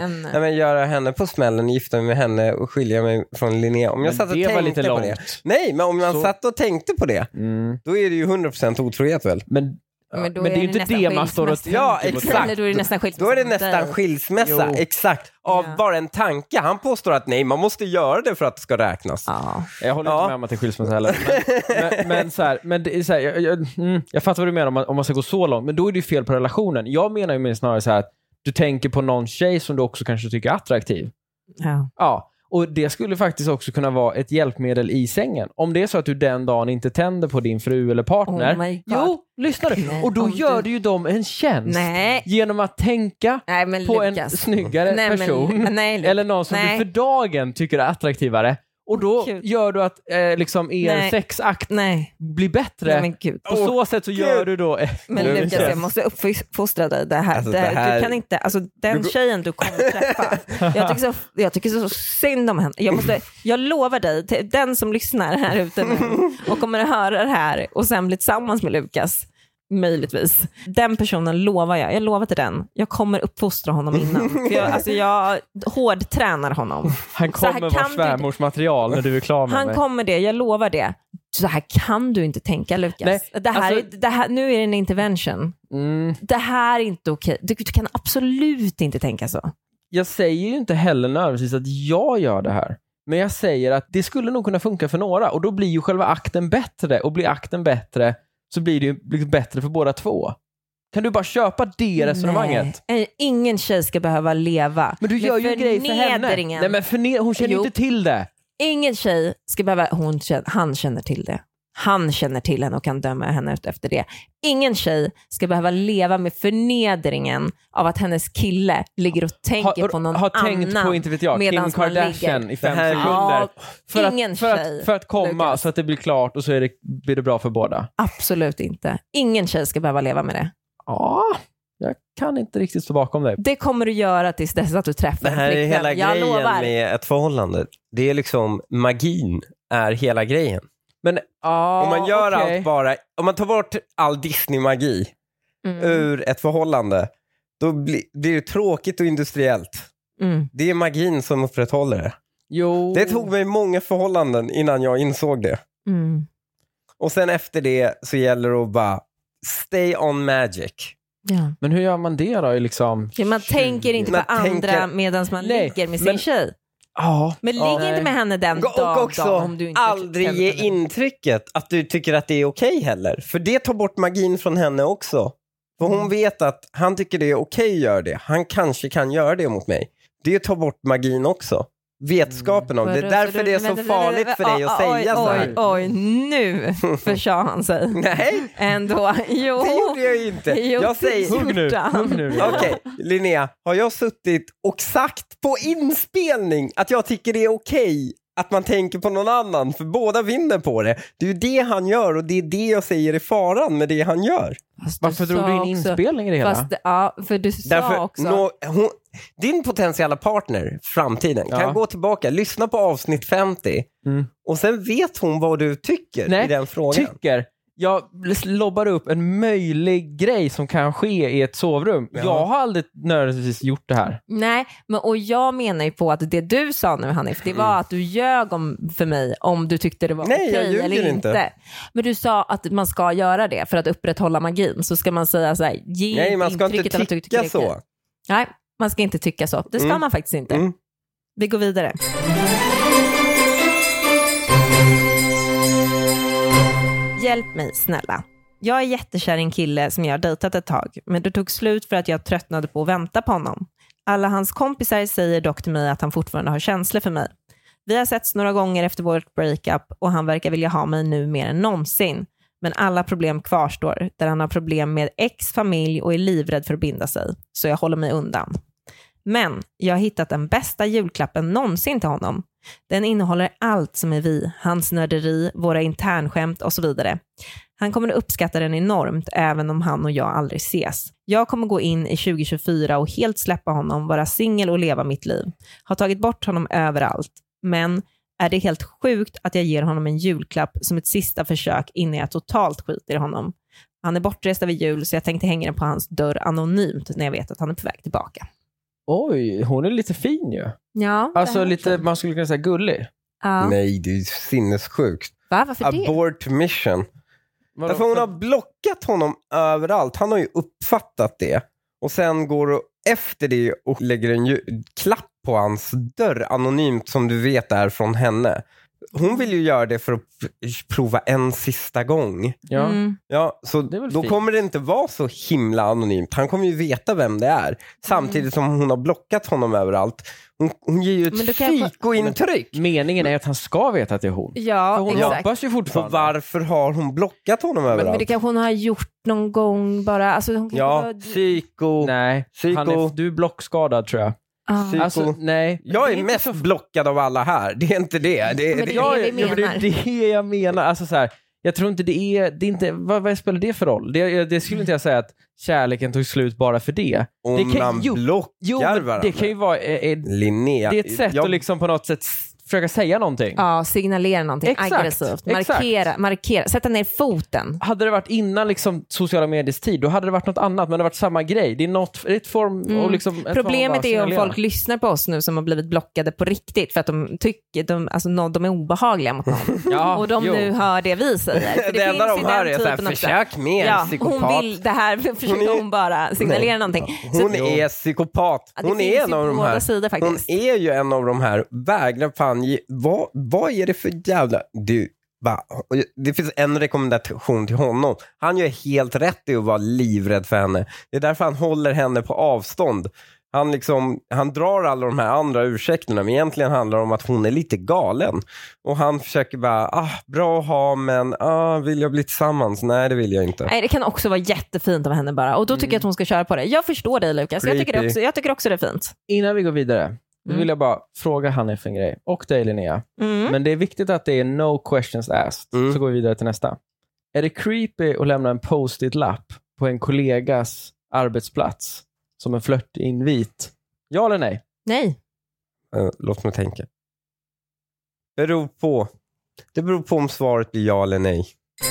henne på smällen, gifta mig med henne och skilja mig från Linnea. Om jag satt och tänkte på det. Nej, men om jag satt och tänkte på det, då är det ju 100% otrohet väl. Men det är ju inte det man står och tänker på. Ja, exakt. Då är det nästan skilsmässa. Då är det nästan skilsmässa, exakt. Av bara en tanke. Han påstår att nej, man måste göra det för att det ska räknas. Ja. Jag håller inte med om att det är skilsmässa heller. Men så här, men det är så här, jag fattar vad du menar om man ska gå så långt. Men då är det ju fel på relationen. Jag menar ju snarare så här att du tänker på någon tjej som du också kanske tycker är attraktiv. Ja. Och det skulle faktiskt också kunna vara ett hjälpmedel i sängen. Om det är så att du den dagen inte tänder på din fru eller partner. Jo, lyssna du. Och då gör du ju dem en tjänst. Genom att tänka på en snyggare person. Eller någon som du för dagen tycker är attraktivare. Och då gör du att liksom er sexakt blir bättre. Nej, på så sätt så gör du då... Men Lukas, jag måste uppfostra dig. Det här. Du kan inte... Alltså, den tjejen du kommer träffa. Jag tycker så synd om henne. Jag lovar dig, till den som lyssnar här ute nu och kommer att höra det här och sen bli tillsammans med Lukas, möjligtvis. Den personen lovar jag. Jag lovar till den. Jag kommer uppfostra honom innan. För jag hårdtränar honom. Han kommer vara svärmorsmaterial när du är klar med mig. Han kommer det, jag lovar det. Så här kan du inte tänka, Lukas. Nej, det här, nu är det en intervention. Det här är inte okej. Du kan absolut inte tänka så. Jag säger ju inte heller nödvändigtvis att jag gör det här. Men jag säger att det skulle nog kunna funka för några. Och då blir ju själva akten bättre. Och blir akten bättre så blir det ju liksom bättre för båda två. Kan du bara köpa det resonemanget? Nej, ingen tjej ska behöva leva. Men du gör ju en grej för henne. Nej, men hon känner ju inte till det. Ingen tjej ska behöva... Han känner till det. Han känner till henne och kan döma henne ut efter det. Ingen tjej ska behöva leva med förnedringen av att hennes kille ligger och tänker på någon annan. Har tänkt på, inte vet jag, Kim Kardashian i 5 sekunder. För att komma, Lukas, så att det blir klart och så blir det bra för båda. Absolut inte. Ingen tjej ska behöva leva med det. Ja, jag kan inte riktigt stå bakom det. Det kommer du göra tills dess att du träffar en flickvän. Det här är hela grejen med ett förhållande. Det är liksom, magin är hela grejen. Men om man gör allt bara, om man tar bort all Disney-magi ur ett förhållande, då blir det tråkigt och industriellt. Det är magin som upprätthåller det. Jo. Det tog mig många förhållanden innan jag insåg det. Och sen efter det så gäller det att bara stay on magic. Ja. Men hur gör man det då? Liksom, man tänker inte på andra medan man ligger med sin tjej. Men ligg inte med henne den dagen. Och också om du inte aldrig ge intrycket att du tycker att det är okej heller. För det tar bort magin från henne också. För hon vet att han tycker det är okej att göra det. Han kanske kan göra det mot mig. Det tar bort magin också. Vetskapen om det. är därför det är så farligt för dig att säga så här. Oj, nu försade han sig. Nej, ändå. Jo. Det gjorde jag inte. Jag säger, hugg nu. Okej, Linnea, har jag suttit och sagt på inspelning att jag tycker det är okej att man tänker på någon annan, för båda vinner på det. Det är ju det han gör och det är det jag säger är faran med det han gör. Varför drog du in inspelning i det hela? För du sa också... din potentiella partner, framtiden, kan gå tillbaka, lyssna på avsnitt 50 och sen vet hon vad du tycker i den frågan. Jag lobbar upp en möjlig grej som kan ske i ett sovrum. Ja. Jag har aldrig nödvändigtvis gjort det här. Nej, och jag menar ju på att det du sa nu, Hanif, det var att du ljög för mig om du tyckte det var okej eller inte. Men du sa att man ska göra det för att upprätthålla magin. Så ska man säga så här, nej, man ska inte tycka så. Nej, man ska inte tycka så. Det ska man faktiskt inte. Vi går vidare. Hjälp mig, snälla. Jag är jättekär i en kille som jag har dejtat ett tag, men det tog slut för att jag tröttnade på att vänta på honom. Alla hans kompisar säger dock till mig att han fortfarande har känslor för mig. Vi har setts några gånger efter vårt breakup och han verkar vilja ha mig nu mer än någonsin. Men alla problem kvarstår, där han har problem med familj och är livrädd för att binda sig. Så jag håller mig undan. Men jag har hittat den bästa julklappen någonsin till honom. Den innehåller allt som är vi, hans nörderi, våra internskämt och så vidare. Han kommer att uppskatta den enormt även om han och jag aldrig ses. Jag kommer gå in i 2024 och helt släppa honom, vara singel och leva mitt liv. Har tagit bort honom överallt. Men är det helt sjukt att jag ger honom en julklapp som ett sista försök innan jag totalt skiter i honom. Han är bortrest över jul så jag tänkte hänga den på hans dörr anonymt när jag vet att han är på väg tillbaka. Oj, hon är lite fin ju. Ja. Alltså lite, man skulle kunna säga gullig. Nej, det är sinnessjukt. Varför det? Abort mission. Därför hon har blockat honom överallt. Han har ju uppfattat det. Och sen går efter det och lägger en klapp på hans dörr anonymt som du vet är från henne. Hon vill ju göra det för att prova en sista gång. Ja. Ja, så då kommer det inte vara så himla anonymt. Han kommer ju veta vem det är. Samtidigt som hon har blockat honom överallt. Hon ger ju ett psykointryck. Meningen är att han ska veta att det är hon. Ja, för hon hoppas ju fortfarande. För varför har hon blockat honom överallt? Men det kanske hon har gjort någon gång bara. Alltså, hon psyko. Nej, psyko. Du är blockskadad tror jag. Alltså, nej. Jag är mest blockad av alla här. Det är inte det. Det är det jag menar. Alltså så här, jag tror inte det är inte, vad spelar det för roll? Det skulle inte jag säga att kärleken tog slut bara för det. Om det kan, man blockar varandra. Det kan ju vara Linnea. Det är ett sätt att liksom på något sätt försöka säga någonting. Ja, signalera någonting aggressivt. Markera, sätta ner foten. Hade det varit innan liksom sociala mediers tid, då hade det varit något annat, men det har varit samma grej. Det är ett form och liksom problemet är om folk lyssnar på oss nu som har blivit blockade på riktigt för att de tycker de är obehagliga mot någon. Och de nu hör det vi säger. För det enda de hör är såhär, försök mer psykopat. Hon vill det här, försöker hon bara signalera någonting. Hon är psykopat. Hon är en av de här. Sidor, faktiskt. Hon är ju en av de här, vägrar fan. Vad är det för jävla... Det finns en rekommendation till honom. Han gör helt rätt i att vara livrädd för henne. Det är därför han håller henne på avstånd. Han drar alla de här andra ursäkterna, men egentligen handlar det om att hon är lite galen. Och han försöker bara, bra att ha, men vill jag bli tillsammans? Nej, det vill jag inte. Nej, det kan också vara jättefint av henne bara. Och då tycker jag att hon ska köra på det. Jag förstår dig, Lukas. Jag tycker också det är fint. Innan vi går vidare, då vill jag bara fråga Hanif en grej. Och dig, Linnea. Men det är viktigt att det är no questions asked. Så går vi vidare till nästa. Är det creepy att lämna en post-it-lapp på en kollegas arbetsplats som en flörtinvit? Ja eller nej? Nej. Låt mig tänka. Det beror på om svaret blir ja eller nej.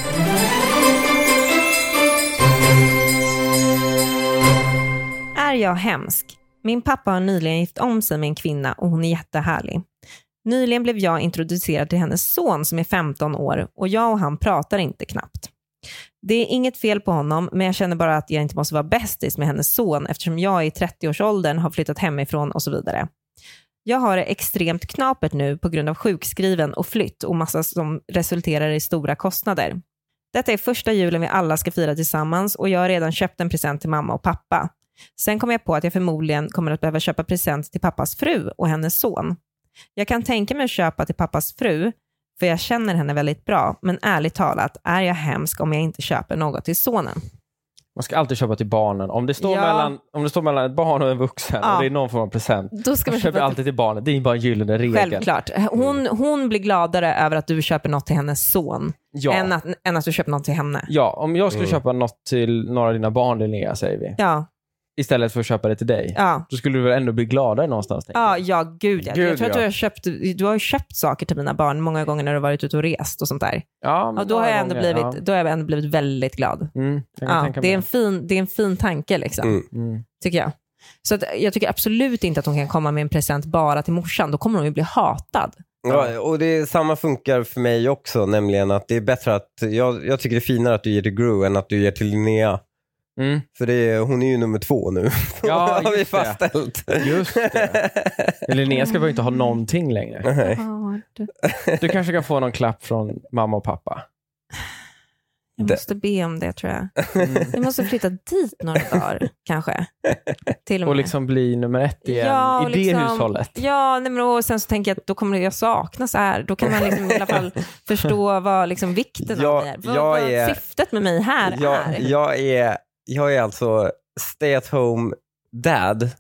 Är jag hemsk? Min pappa har nyligen gift om sig med en kvinna och hon är jättehärlig. Nyligen blev jag introducerad till hennes son som är 15 år och jag och han pratar inte knappt. Det är inget fel på honom, men jag känner bara att jag inte måste vara bästis med hennes son eftersom jag i 30-årsåldern har flyttat hemifrån och så vidare. Jag har det extremt knapert nu på grund av sjukskriven och flytt och massa som resulterar i stora kostnader. Detta är första julen vi alla ska fira tillsammans och jag har redan köpt en present till mamma och pappa. Sen kom jag på att jag förmodligen kommer att behöva köpa present till pappas fru och hennes son. Jag kan tänka mig att köpa till pappas fru, för jag känner henne väldigt bra. Men ärligt talat är jag hemsk om jag inte köper något till sonen. Man ska alltid köpa till barnen. Om det står mellan ett barn och en vuxen och det är någon form av present, då ska man köpa alltid till barnet. Det är bara en gyllene regel. Självklart. Hon blir gladare över att du köper något till hennes son än att du köper något till henne. Ja, om jag skulle köpa något till några av dina barn, Linnea, säger vi. Ja. Istället för att köpa det till dig. Ja. Då skulle du väl ändå bli gladare någonstans. Gud. Jag tror att du har köpt saker till mina barn många gånger när du har varit ute och rest och sånt där. Ja, och då har jag ändå blivit väldigt glad. Det är en fin tanke liksom. Tycker jag. Så att jag tycker absolut inte att hon kan komma med en present bara till morsan. Då kommer hon ju bli hatad. Ja, och samma funkar för mig också. Nämligen att det är bättre att jag tycker det är finare att du ger till Gru än att du ger till Linnea. För hon är ju nummer 2 nu. Ja, har vi fastställt. Just det. Linnea ska väl inte ha någonting längre. Nej. Du kanske kan få någon klapp från mamma och pappa. Jag måste be om det, tror jag. Jag måste flytta dit några dagar, kanske. Till och liksom bli nummer 1 igen i det hushållet. Ja, och sen så tänker jag att då kommer jag sakna så här. Då kan man liksom i alla fall förstå vad liksom vikten av det är. Vad syftet med mig här är. Jag är alltså stay at home dad.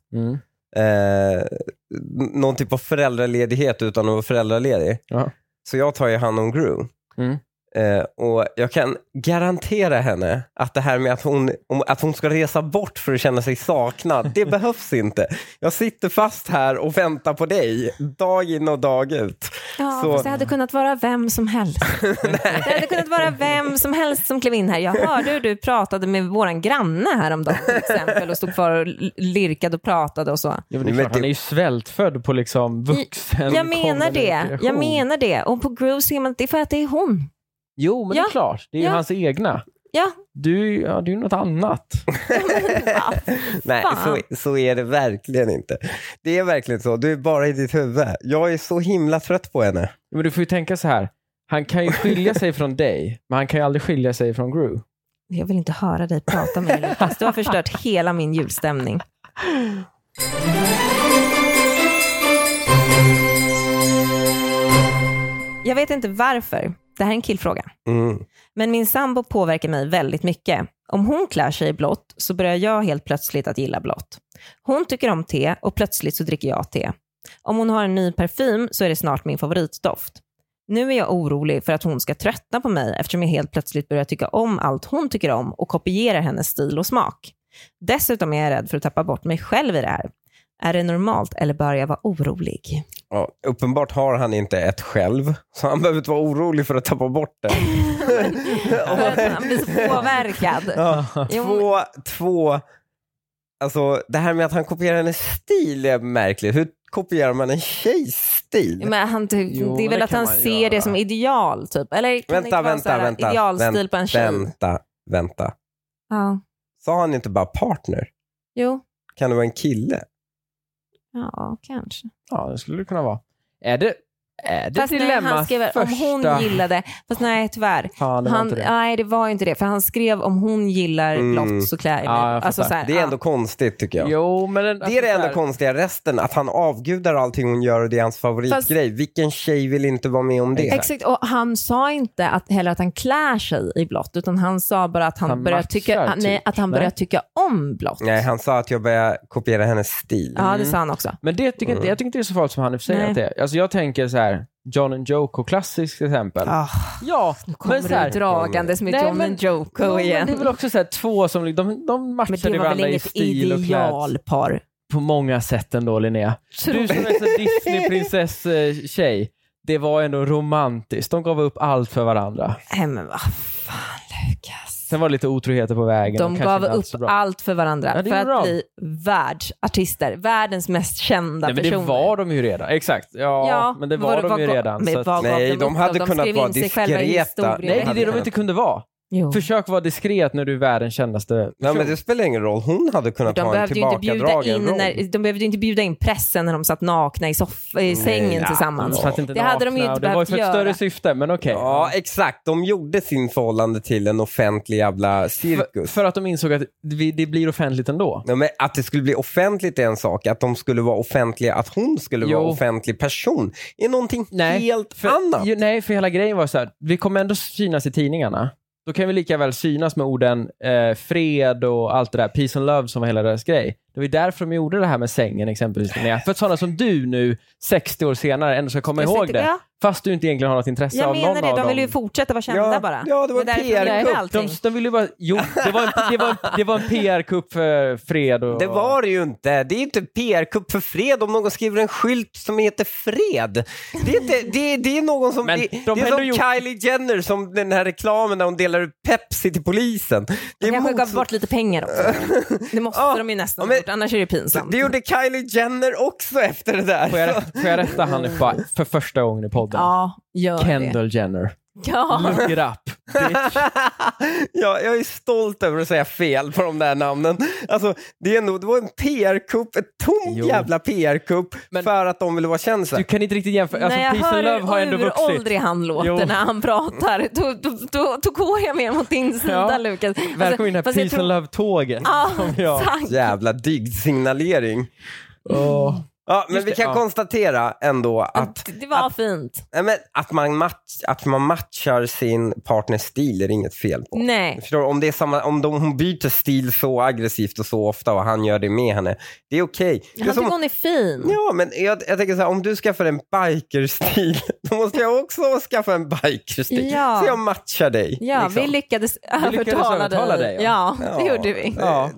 Någon typ av föräldraledighet utan att vara föräldraledig. Så jag tar ju hand om Gru. Och jag kan garantera henne att det här med att hon ska resa bort för att känna sig saknad, det behövs inte. Jag sitter fast här och väntar på dig dag in och dag ut. Ja, fast det hade kunnat vara vem som helst. Det hade kunnat vara vem som helst som klev in här. Jag hörde hur du pratade med våran granne häromdagen till exempel och stod kvar och lirkade och pratade och så. Ja, men det är klart, han är ju svältfödd på liksom vuxen. Jag menar det. Och på Gru ser man att det är för att det är hon. Jo, men det är klart. Det är ju hans egna. Ja. Du är ju något annat. Nej, så är det verkligen inte. Det är verkligen så. Du är bara i ditt huvud. Jag är så himla trött på henne. Men du får ju tänka så här. Han kan ju skilja sig från dig, men han kan ju aldrig skilja sig från Gru. Jag vill inte höra dig prata med mig, Lukas. Du har förstört hela min julstämning. Jag vet inte varför. Det här är en killfråga. Men min sambo påverkar mig väldigt mycket. Om hon klär sig i blått så börjar jag helt plötsligt att gilla blått. Hon tycker om te och plötsligt så dricker jag te. Om hon har en ny parfym så är det snart min favoritdoft. Nu är jag orolig för att hon ska tröttna på mig eftersom jag helt plötsligt börjar tycka om allt hon tycker om och kopierar hennes stil och smak. Dessutom är jag rädd för att tappa bort mig själv i det här. Är det normalt eller bör jag vara orolig? Ja, uppenbart har han inte ett själv, så han behöver inte vara orolig för att tappa bort det. Han blir så påverkad. Ja, två, alltså det här med att han kopierar hennes stil är märkligt. Hur kopierar man en tjejs stil? Men det är väl att han ser det som ideal typ. Eller kan vänta. Idealstil på en tjej. Vänta. Ja. Sa han inte bara partner? Jo. Kan det vara en kille? Ja, kanske. Ja, det skulle det kunna vara. Är det fast dilemma nej, han skrev första... om hon gillade. Fast nej, tyvärr. Nej, det var inte det. För han skrev om hon gillar blått så klär alltså, så här, det är ändå konstigt tycker jag. Jo, men det är det enda konstiga. Resten, att han avgudar allting hon gör och det är hans favoritgrej. Vilken tjej vill inte vara med om det? Exakt, och han sa inte heller att han klär sig i blått. Utan han sa bara att han börjar tycka om blått. Nej, han sa att jag börjar kopiera hennes stil. Ja, det sa han också. Men det tycker jag tycker inte det är så farligt som han säger att det är. Alltså jag tänker så här, John and Joko, klassiskt exempel. Ja, nu kommer du dragandes med John and Joko igen. Men det är väl också så här, två som de matchade varandra i stil och idealpar. På många sätt ändå, Linnea. Du som är så Disney-prinsess-tjej, det var ändå romantiskt. De gav upp allt för varandra. Men vad fan, Lukas. Sen var det lite otroheter på vägen. De gav upp allt för varandra för att bli världsartister. Världens mest kända personer. Men det var de ju redan. Exakt. Ja, men det var de ju redan. Nej, de hade kunnat vara diskreta. Nej, det är det de inte kunde vara. Jo. Försök vara diskret när du är världens kändaste. Nej, men det spelar ingen roll. Hon hade kunnat ta en tillbakadragen roll. De behövde inte bjuda in pressen när de satt nakna i sängen tillsammans. Det hade de ju inte behövt göra. Det var för ett större syfte, men okej. Ja, exakt. De gjorde sin förhållande till en offentlig jävla cirkus. För att de insåg att det blir offentligt ändå. Ja, men att det skulle bli offentligt är en sak. Att de skulle vara offentliga, att hon skulle vara offentlig person är någonting helt annat. Nej, för hela grejen var så här. Vi kommer ändå synas i tidningarna. Då kan vi lika väl synas med orden fred och allt det där, peace and love som var hela deras grej. Det var därför de gjorde det här med sängen exempelvis. För att sådana som du nu 60 år senare ändå ska komma ihåg det. Fast du inte egentligen har något intresse av någon av dem. Jag menar det, de vill ju fortsätta vara kända bara. Ja, det var en PR-kupp. De ville bara, det var en PR-kupp för fred. Och, det var det ju inte. Det är inte PR-kupp för fred om någon skriver en skylt som heter fred. Det är, inte, det är någon som... Det är som Kylie Jenner som den här reklamen där hon delar ut Pepsi till polisen. Det är kanske gav bort lite pengar också. Det måste de ju nästan gjort, annars är det pinsamt. Det gjorde Kylie Jenner också efter det där. Får jag rätta Hanif för första gången i podden? Ja, gör Kendall det. Jenner. Ja. Look it up. Ja, jag är stolt över att säga fel på de där namnen. Alltså, det var en PR-kupp, ett tomt jävla PR-kupp för att de ville vara kända. Du kan inte riktigt jämföra. Alltså, när jag hör har ändå hur åldrig han låter när han pratar, då går jag mer mot din sida, Lukas. Välkommen in här Peace and Love-tåget. Jävla dygdsignalering. Ja, men vi kan konstatera ändå att... Det var fint. Men att man matchar sin partners stil är inget fel på. Nej. Förstår, om det är samma, hon byter stil så aggressivt och så ofta och han gör det med henne, det är okej. Jag tycker hon är fin. Ja, men jag tänker så här, om du skaffar en bikerstil, då måste jag också skaffa en bikerstil. Ja. Så jag matchar dig. Ja, liksom. Vi lyckades övertala dig. Ja, det gjorde vi. Ja.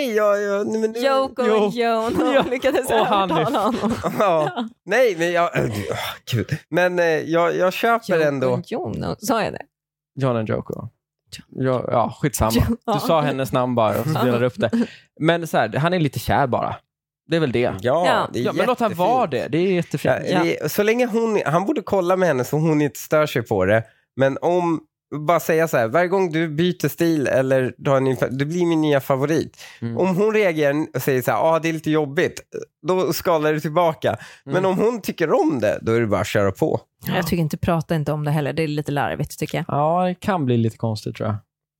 Joko och Jon lyckades övertala. Ja. Nej, men gud. Men jag köper ändå. Jon, sa jag det? John and Joko. Ja, skitsamma. Du sa hennes namn bara och så delade upp det. Men så här, han är lite kär bara. Det är väl det. Ja, det är men låt han vara det. Det är jättefint. Så länge han borde kolla med henne så hon inte stör sig på det. Men om bara säga så här, varje gång du byter stil eller det blir min nya favorit. Om hon reagerar och säger så här, det är lite jobbigt, då skalar det tillbaka. Men om hon tycker om det, då är det bara att köra på. Jag tycker prata inte om det heller, det är lite larvigt tycker jag. Ja, det kan bli lite konstigt tror jag.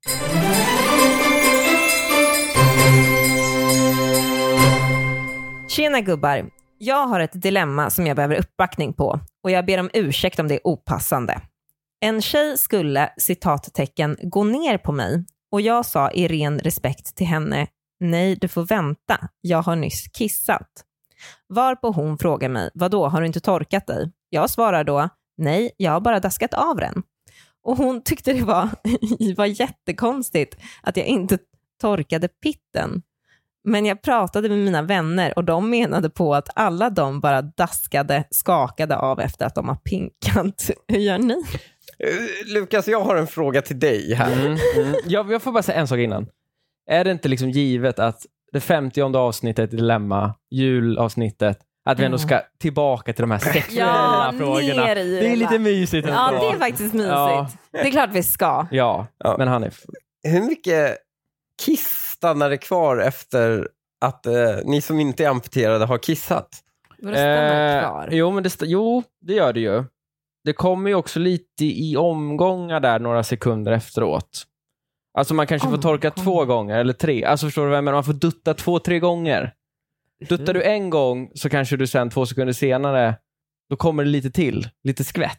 Tjena gubbar, jag har ett dilemma som jag behöver uppbackning på och jag ber om ursäkt om det är opassande. En tjej skulle, citattecken, gå ner på mig Och jag sa i ren respekt till henne, nej du får vänta, jag har nyss kissat. Varpå hon frågar mig, vadå, har du inte torkat dig? Jag svarar då, nej, jag har bara daskat av den. Och hon tyckte det var jättekonstigt att jag inte torkade pitten. Men jag pratade med mina vänner och de menade på att alla de bara skakade av efter att de har pinkat. Hur gör ni? Lukas, jag har en fråga till dig här. Jag får bara säga en sak innan. Är det inte liksom givet att det 50:e avsnittet i Dilemma, julavsnittet, att vi ändå ska tillbaka till de här sexuella frågorna? Det är lite mysigt. Ja, det är faktiskt mysigt. Ja. Det är klart vi ska. Ja. Men Hanif. Hur mycket kiss stannar det kvar efter att ni som inte är amputerade har kissat? Vad stannar kvar? Jo, det gör det ju. Det kommer ju också lite i omgångar där några sekunder efteråt. Alltså man kanske får torka 2 gånger eller 3. Alltså förstår du vad jag menar? Man får dutta 2-3 gånger. Duttar du en gång så kanske du sen 2 sekunder senare då kommer det lite skvätt.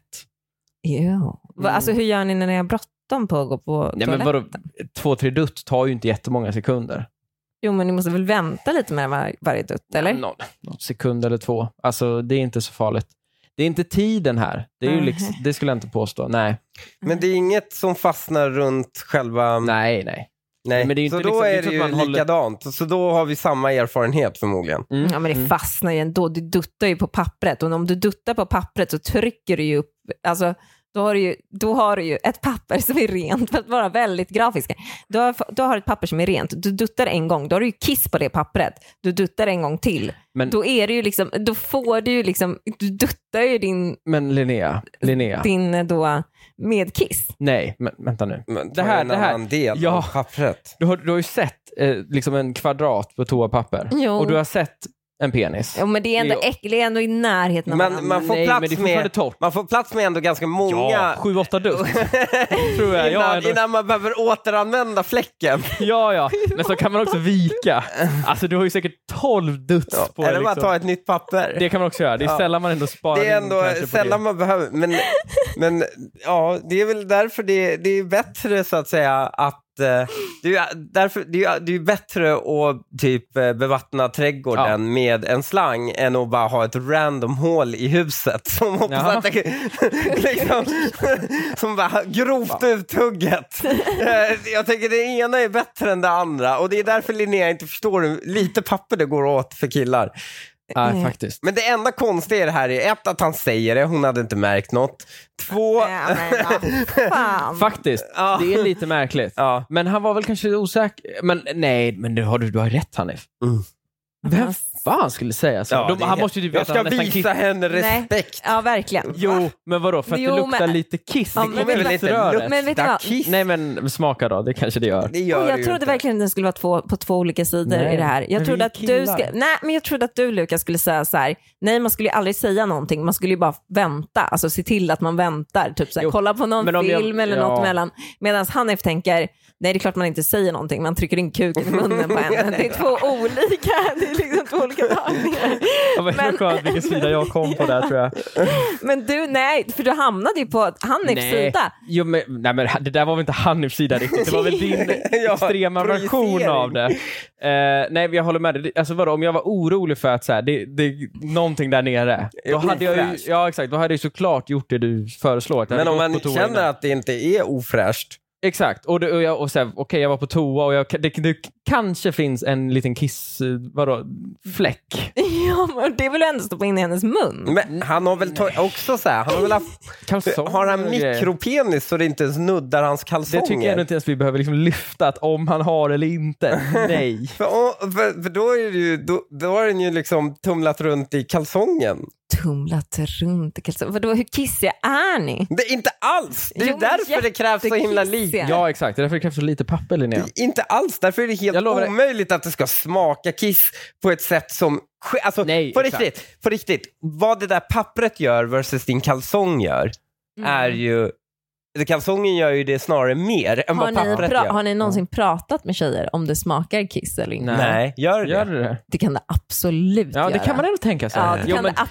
Ja. Alltså hur gör ni när ni har bråttom på att gå på toaletten? Men vadå, 2-3 dutt tar ju inte jättemånga sekunder. Jo, men ni måste väl vänta lite med varje dutt, eller? Någon sekund eller 2. Alltså det är inte så farligt. Det är inte tiden här. Det är ju liksom, det skulle jag inte påstå. Nej. Men det är inget som fastnar runt själva... Nej. Men det är inte så då är det ju likadant. Så då har vi samma erfarenhet förmodligen. Ja, men det fastnar ju ändå. Du duttar ju på pappret. Och om du duttar på pappret så trycker du ju upp... Alltså, då har du ju ett papper som är rent, för att vara väldigt grafiska. Du har ett papper som är rent. Du duttar en gång, då har du ju kiss på det pappret. Du duttar en gång till. Men, då är det ju liksom, då får du ju liksom, du duttar ju din... Men Linnea. Din då med kiss. Nej, men vänta nu. Men det här är en del av pappret. Du har ju sett liksom en kvadrat på toapapper. Jo. Och du har sett en penis. Ja, men det är ändå äckligt, ändå i närheten av man får plats med ändå ganska många. Ja, 7-8 dutt. Tror jag. Innan man behöver återanvända fläcken. Ja. Men så kan man också vika. Alltså du har ju säkert 12 dutt på. Eller bara ta ett nytt papper. Det kan man också göra. Det är sällan man ändå sparar. Det är ändå sällan man behöver. Men ja, det är väl därför det är bättre så att säga att det är bättre att typ bevattna trädgården med en slang än att bara ha ett random hål i huset som liksom, som bara grovt uthugget. Jag tänker det ena är bättre än det andra och det är därför Linnea inte förstår hur lite papper det går åt för killar. Faktiskt. Men det enda konstiga i det här är att han säger det, hon hade inte märkt något. 2 faktiskt, det är lite märkligt. Men han var väl kanske osäker. Men nej, men du har rätt, Hanif. Vem fan skulle säga så? Han måste ju veta. Jag ska visa henne respekt. Nej. Ja, verkligen. Jo, men vadå? För att det luktar lite kiss. Det kommer väl inte lukta kiss? Nej, men smaka då. Det kanske det gör. Jag trodde verkligen att den skulle vara på 2 olika sidor i det här. Jag trodde att du Lukas skulle säga så här. Nej, man skulle ju aldrig säga någonting. Man skulle ju bara vänta. Alltså se till att man väntar. Typ så här, kolla på någon film eller något mellan. Medan Hanif tänker, nej det är klart man inte säger någonting. Man trycker in kuken i munnen på henne. Det är 2 olika. Det är liksom 2 olika tagningar. Men vilken sida jag kom på där tror jag. Men för du hamnade ju på Hanifs sida. Jo, men det där var väl inte Hanifs sida riktigt. Det var väl din extrema version av det. Nej, jag håller med dig. Alltså vadå, om jag var orolig för att så här, det är någonting där nere. Då hade jag ju, exakt, då hade jag såklart gjort det du föreslår. Men om man känner att det inte är ofräscht. Exakt, och så jag var på toa och det kanske finns en liten fläck. Ja, men det vill ändå stoppa in i hennes mun. Men han har väl också så här, han har väl har han mikropenis så det inte ens nuddar hans kalsonger. Det tycker jag inte ens vi behöver liksom lyfta att om han har eller inte. Nej. för då är den ju liksom tumlat runt i kalsongen. Tumlat runt i kalsongen. Vadå, hur kissiga är ni? Det är inte alls. Det är därför det krävs så himla lite. Ja, exakt. Det är därför det krävs så lite papper, Linnea. Inte alls. Därför är det helt omöjligt att det ska smaka kiss på ett sätt som... Alltså, nej, på riktigt. Vad det där pappret gör versus din kalsong gör är ju... Kalsongen gör ju det snarare mer än vad pappret gör. Har ni någonsin pratat med tjejer om det smakar kiss eller inte? Nej, gör det? Det kan det absolut göra. Ja, det kan man ändå tänka sig. Ja, det kan det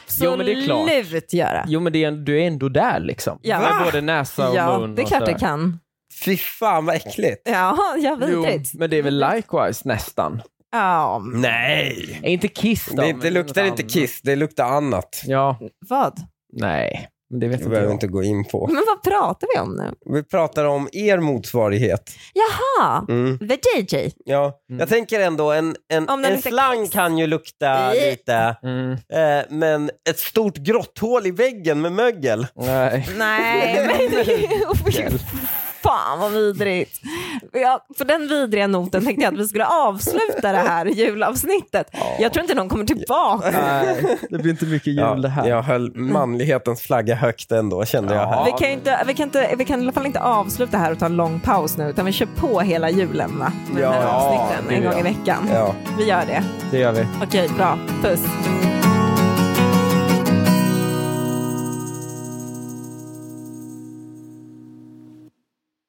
absolut göra. Jo, men du är ändå där liksom. Ja. Med både näsa och mun. Ja, det är klart det kan. Fy fan vad äckligt. Ja, vidrigt. Men det är väl likewise nästan. Ja. Nej. Inte kiss då. Det luktar inte kiss, det luktar annat. Ja. Vad? Nej, men det vet Det inte behöver jag. inte gå in på. Men vad pratar vi om nu? Vi pratar om er motsvarighet. Jaha, VJJ. Ja, jag tänker ändå en slang kan ju lukta lite, men ett stort grotthål i väggen med mögel. Nej. Nej, men fan vad vidrigt. Ja, för den vidriga noten tänkte jag att vi skulle avsluta det här julavsnittet. Jag tror inte någon kommer tillbaka. Nej, det blir inte mycket jul det här. Jag höll manlighetens flagga högt ändå, kände jag här. Vi kan i alla fall inte avsluta här och ta en lång paus nu, utan vi kör på hela julen, va? Med den här avsnitten en gång i veckan. Ja. Vi gör det. Det gör vi. Okej, bra. Puss.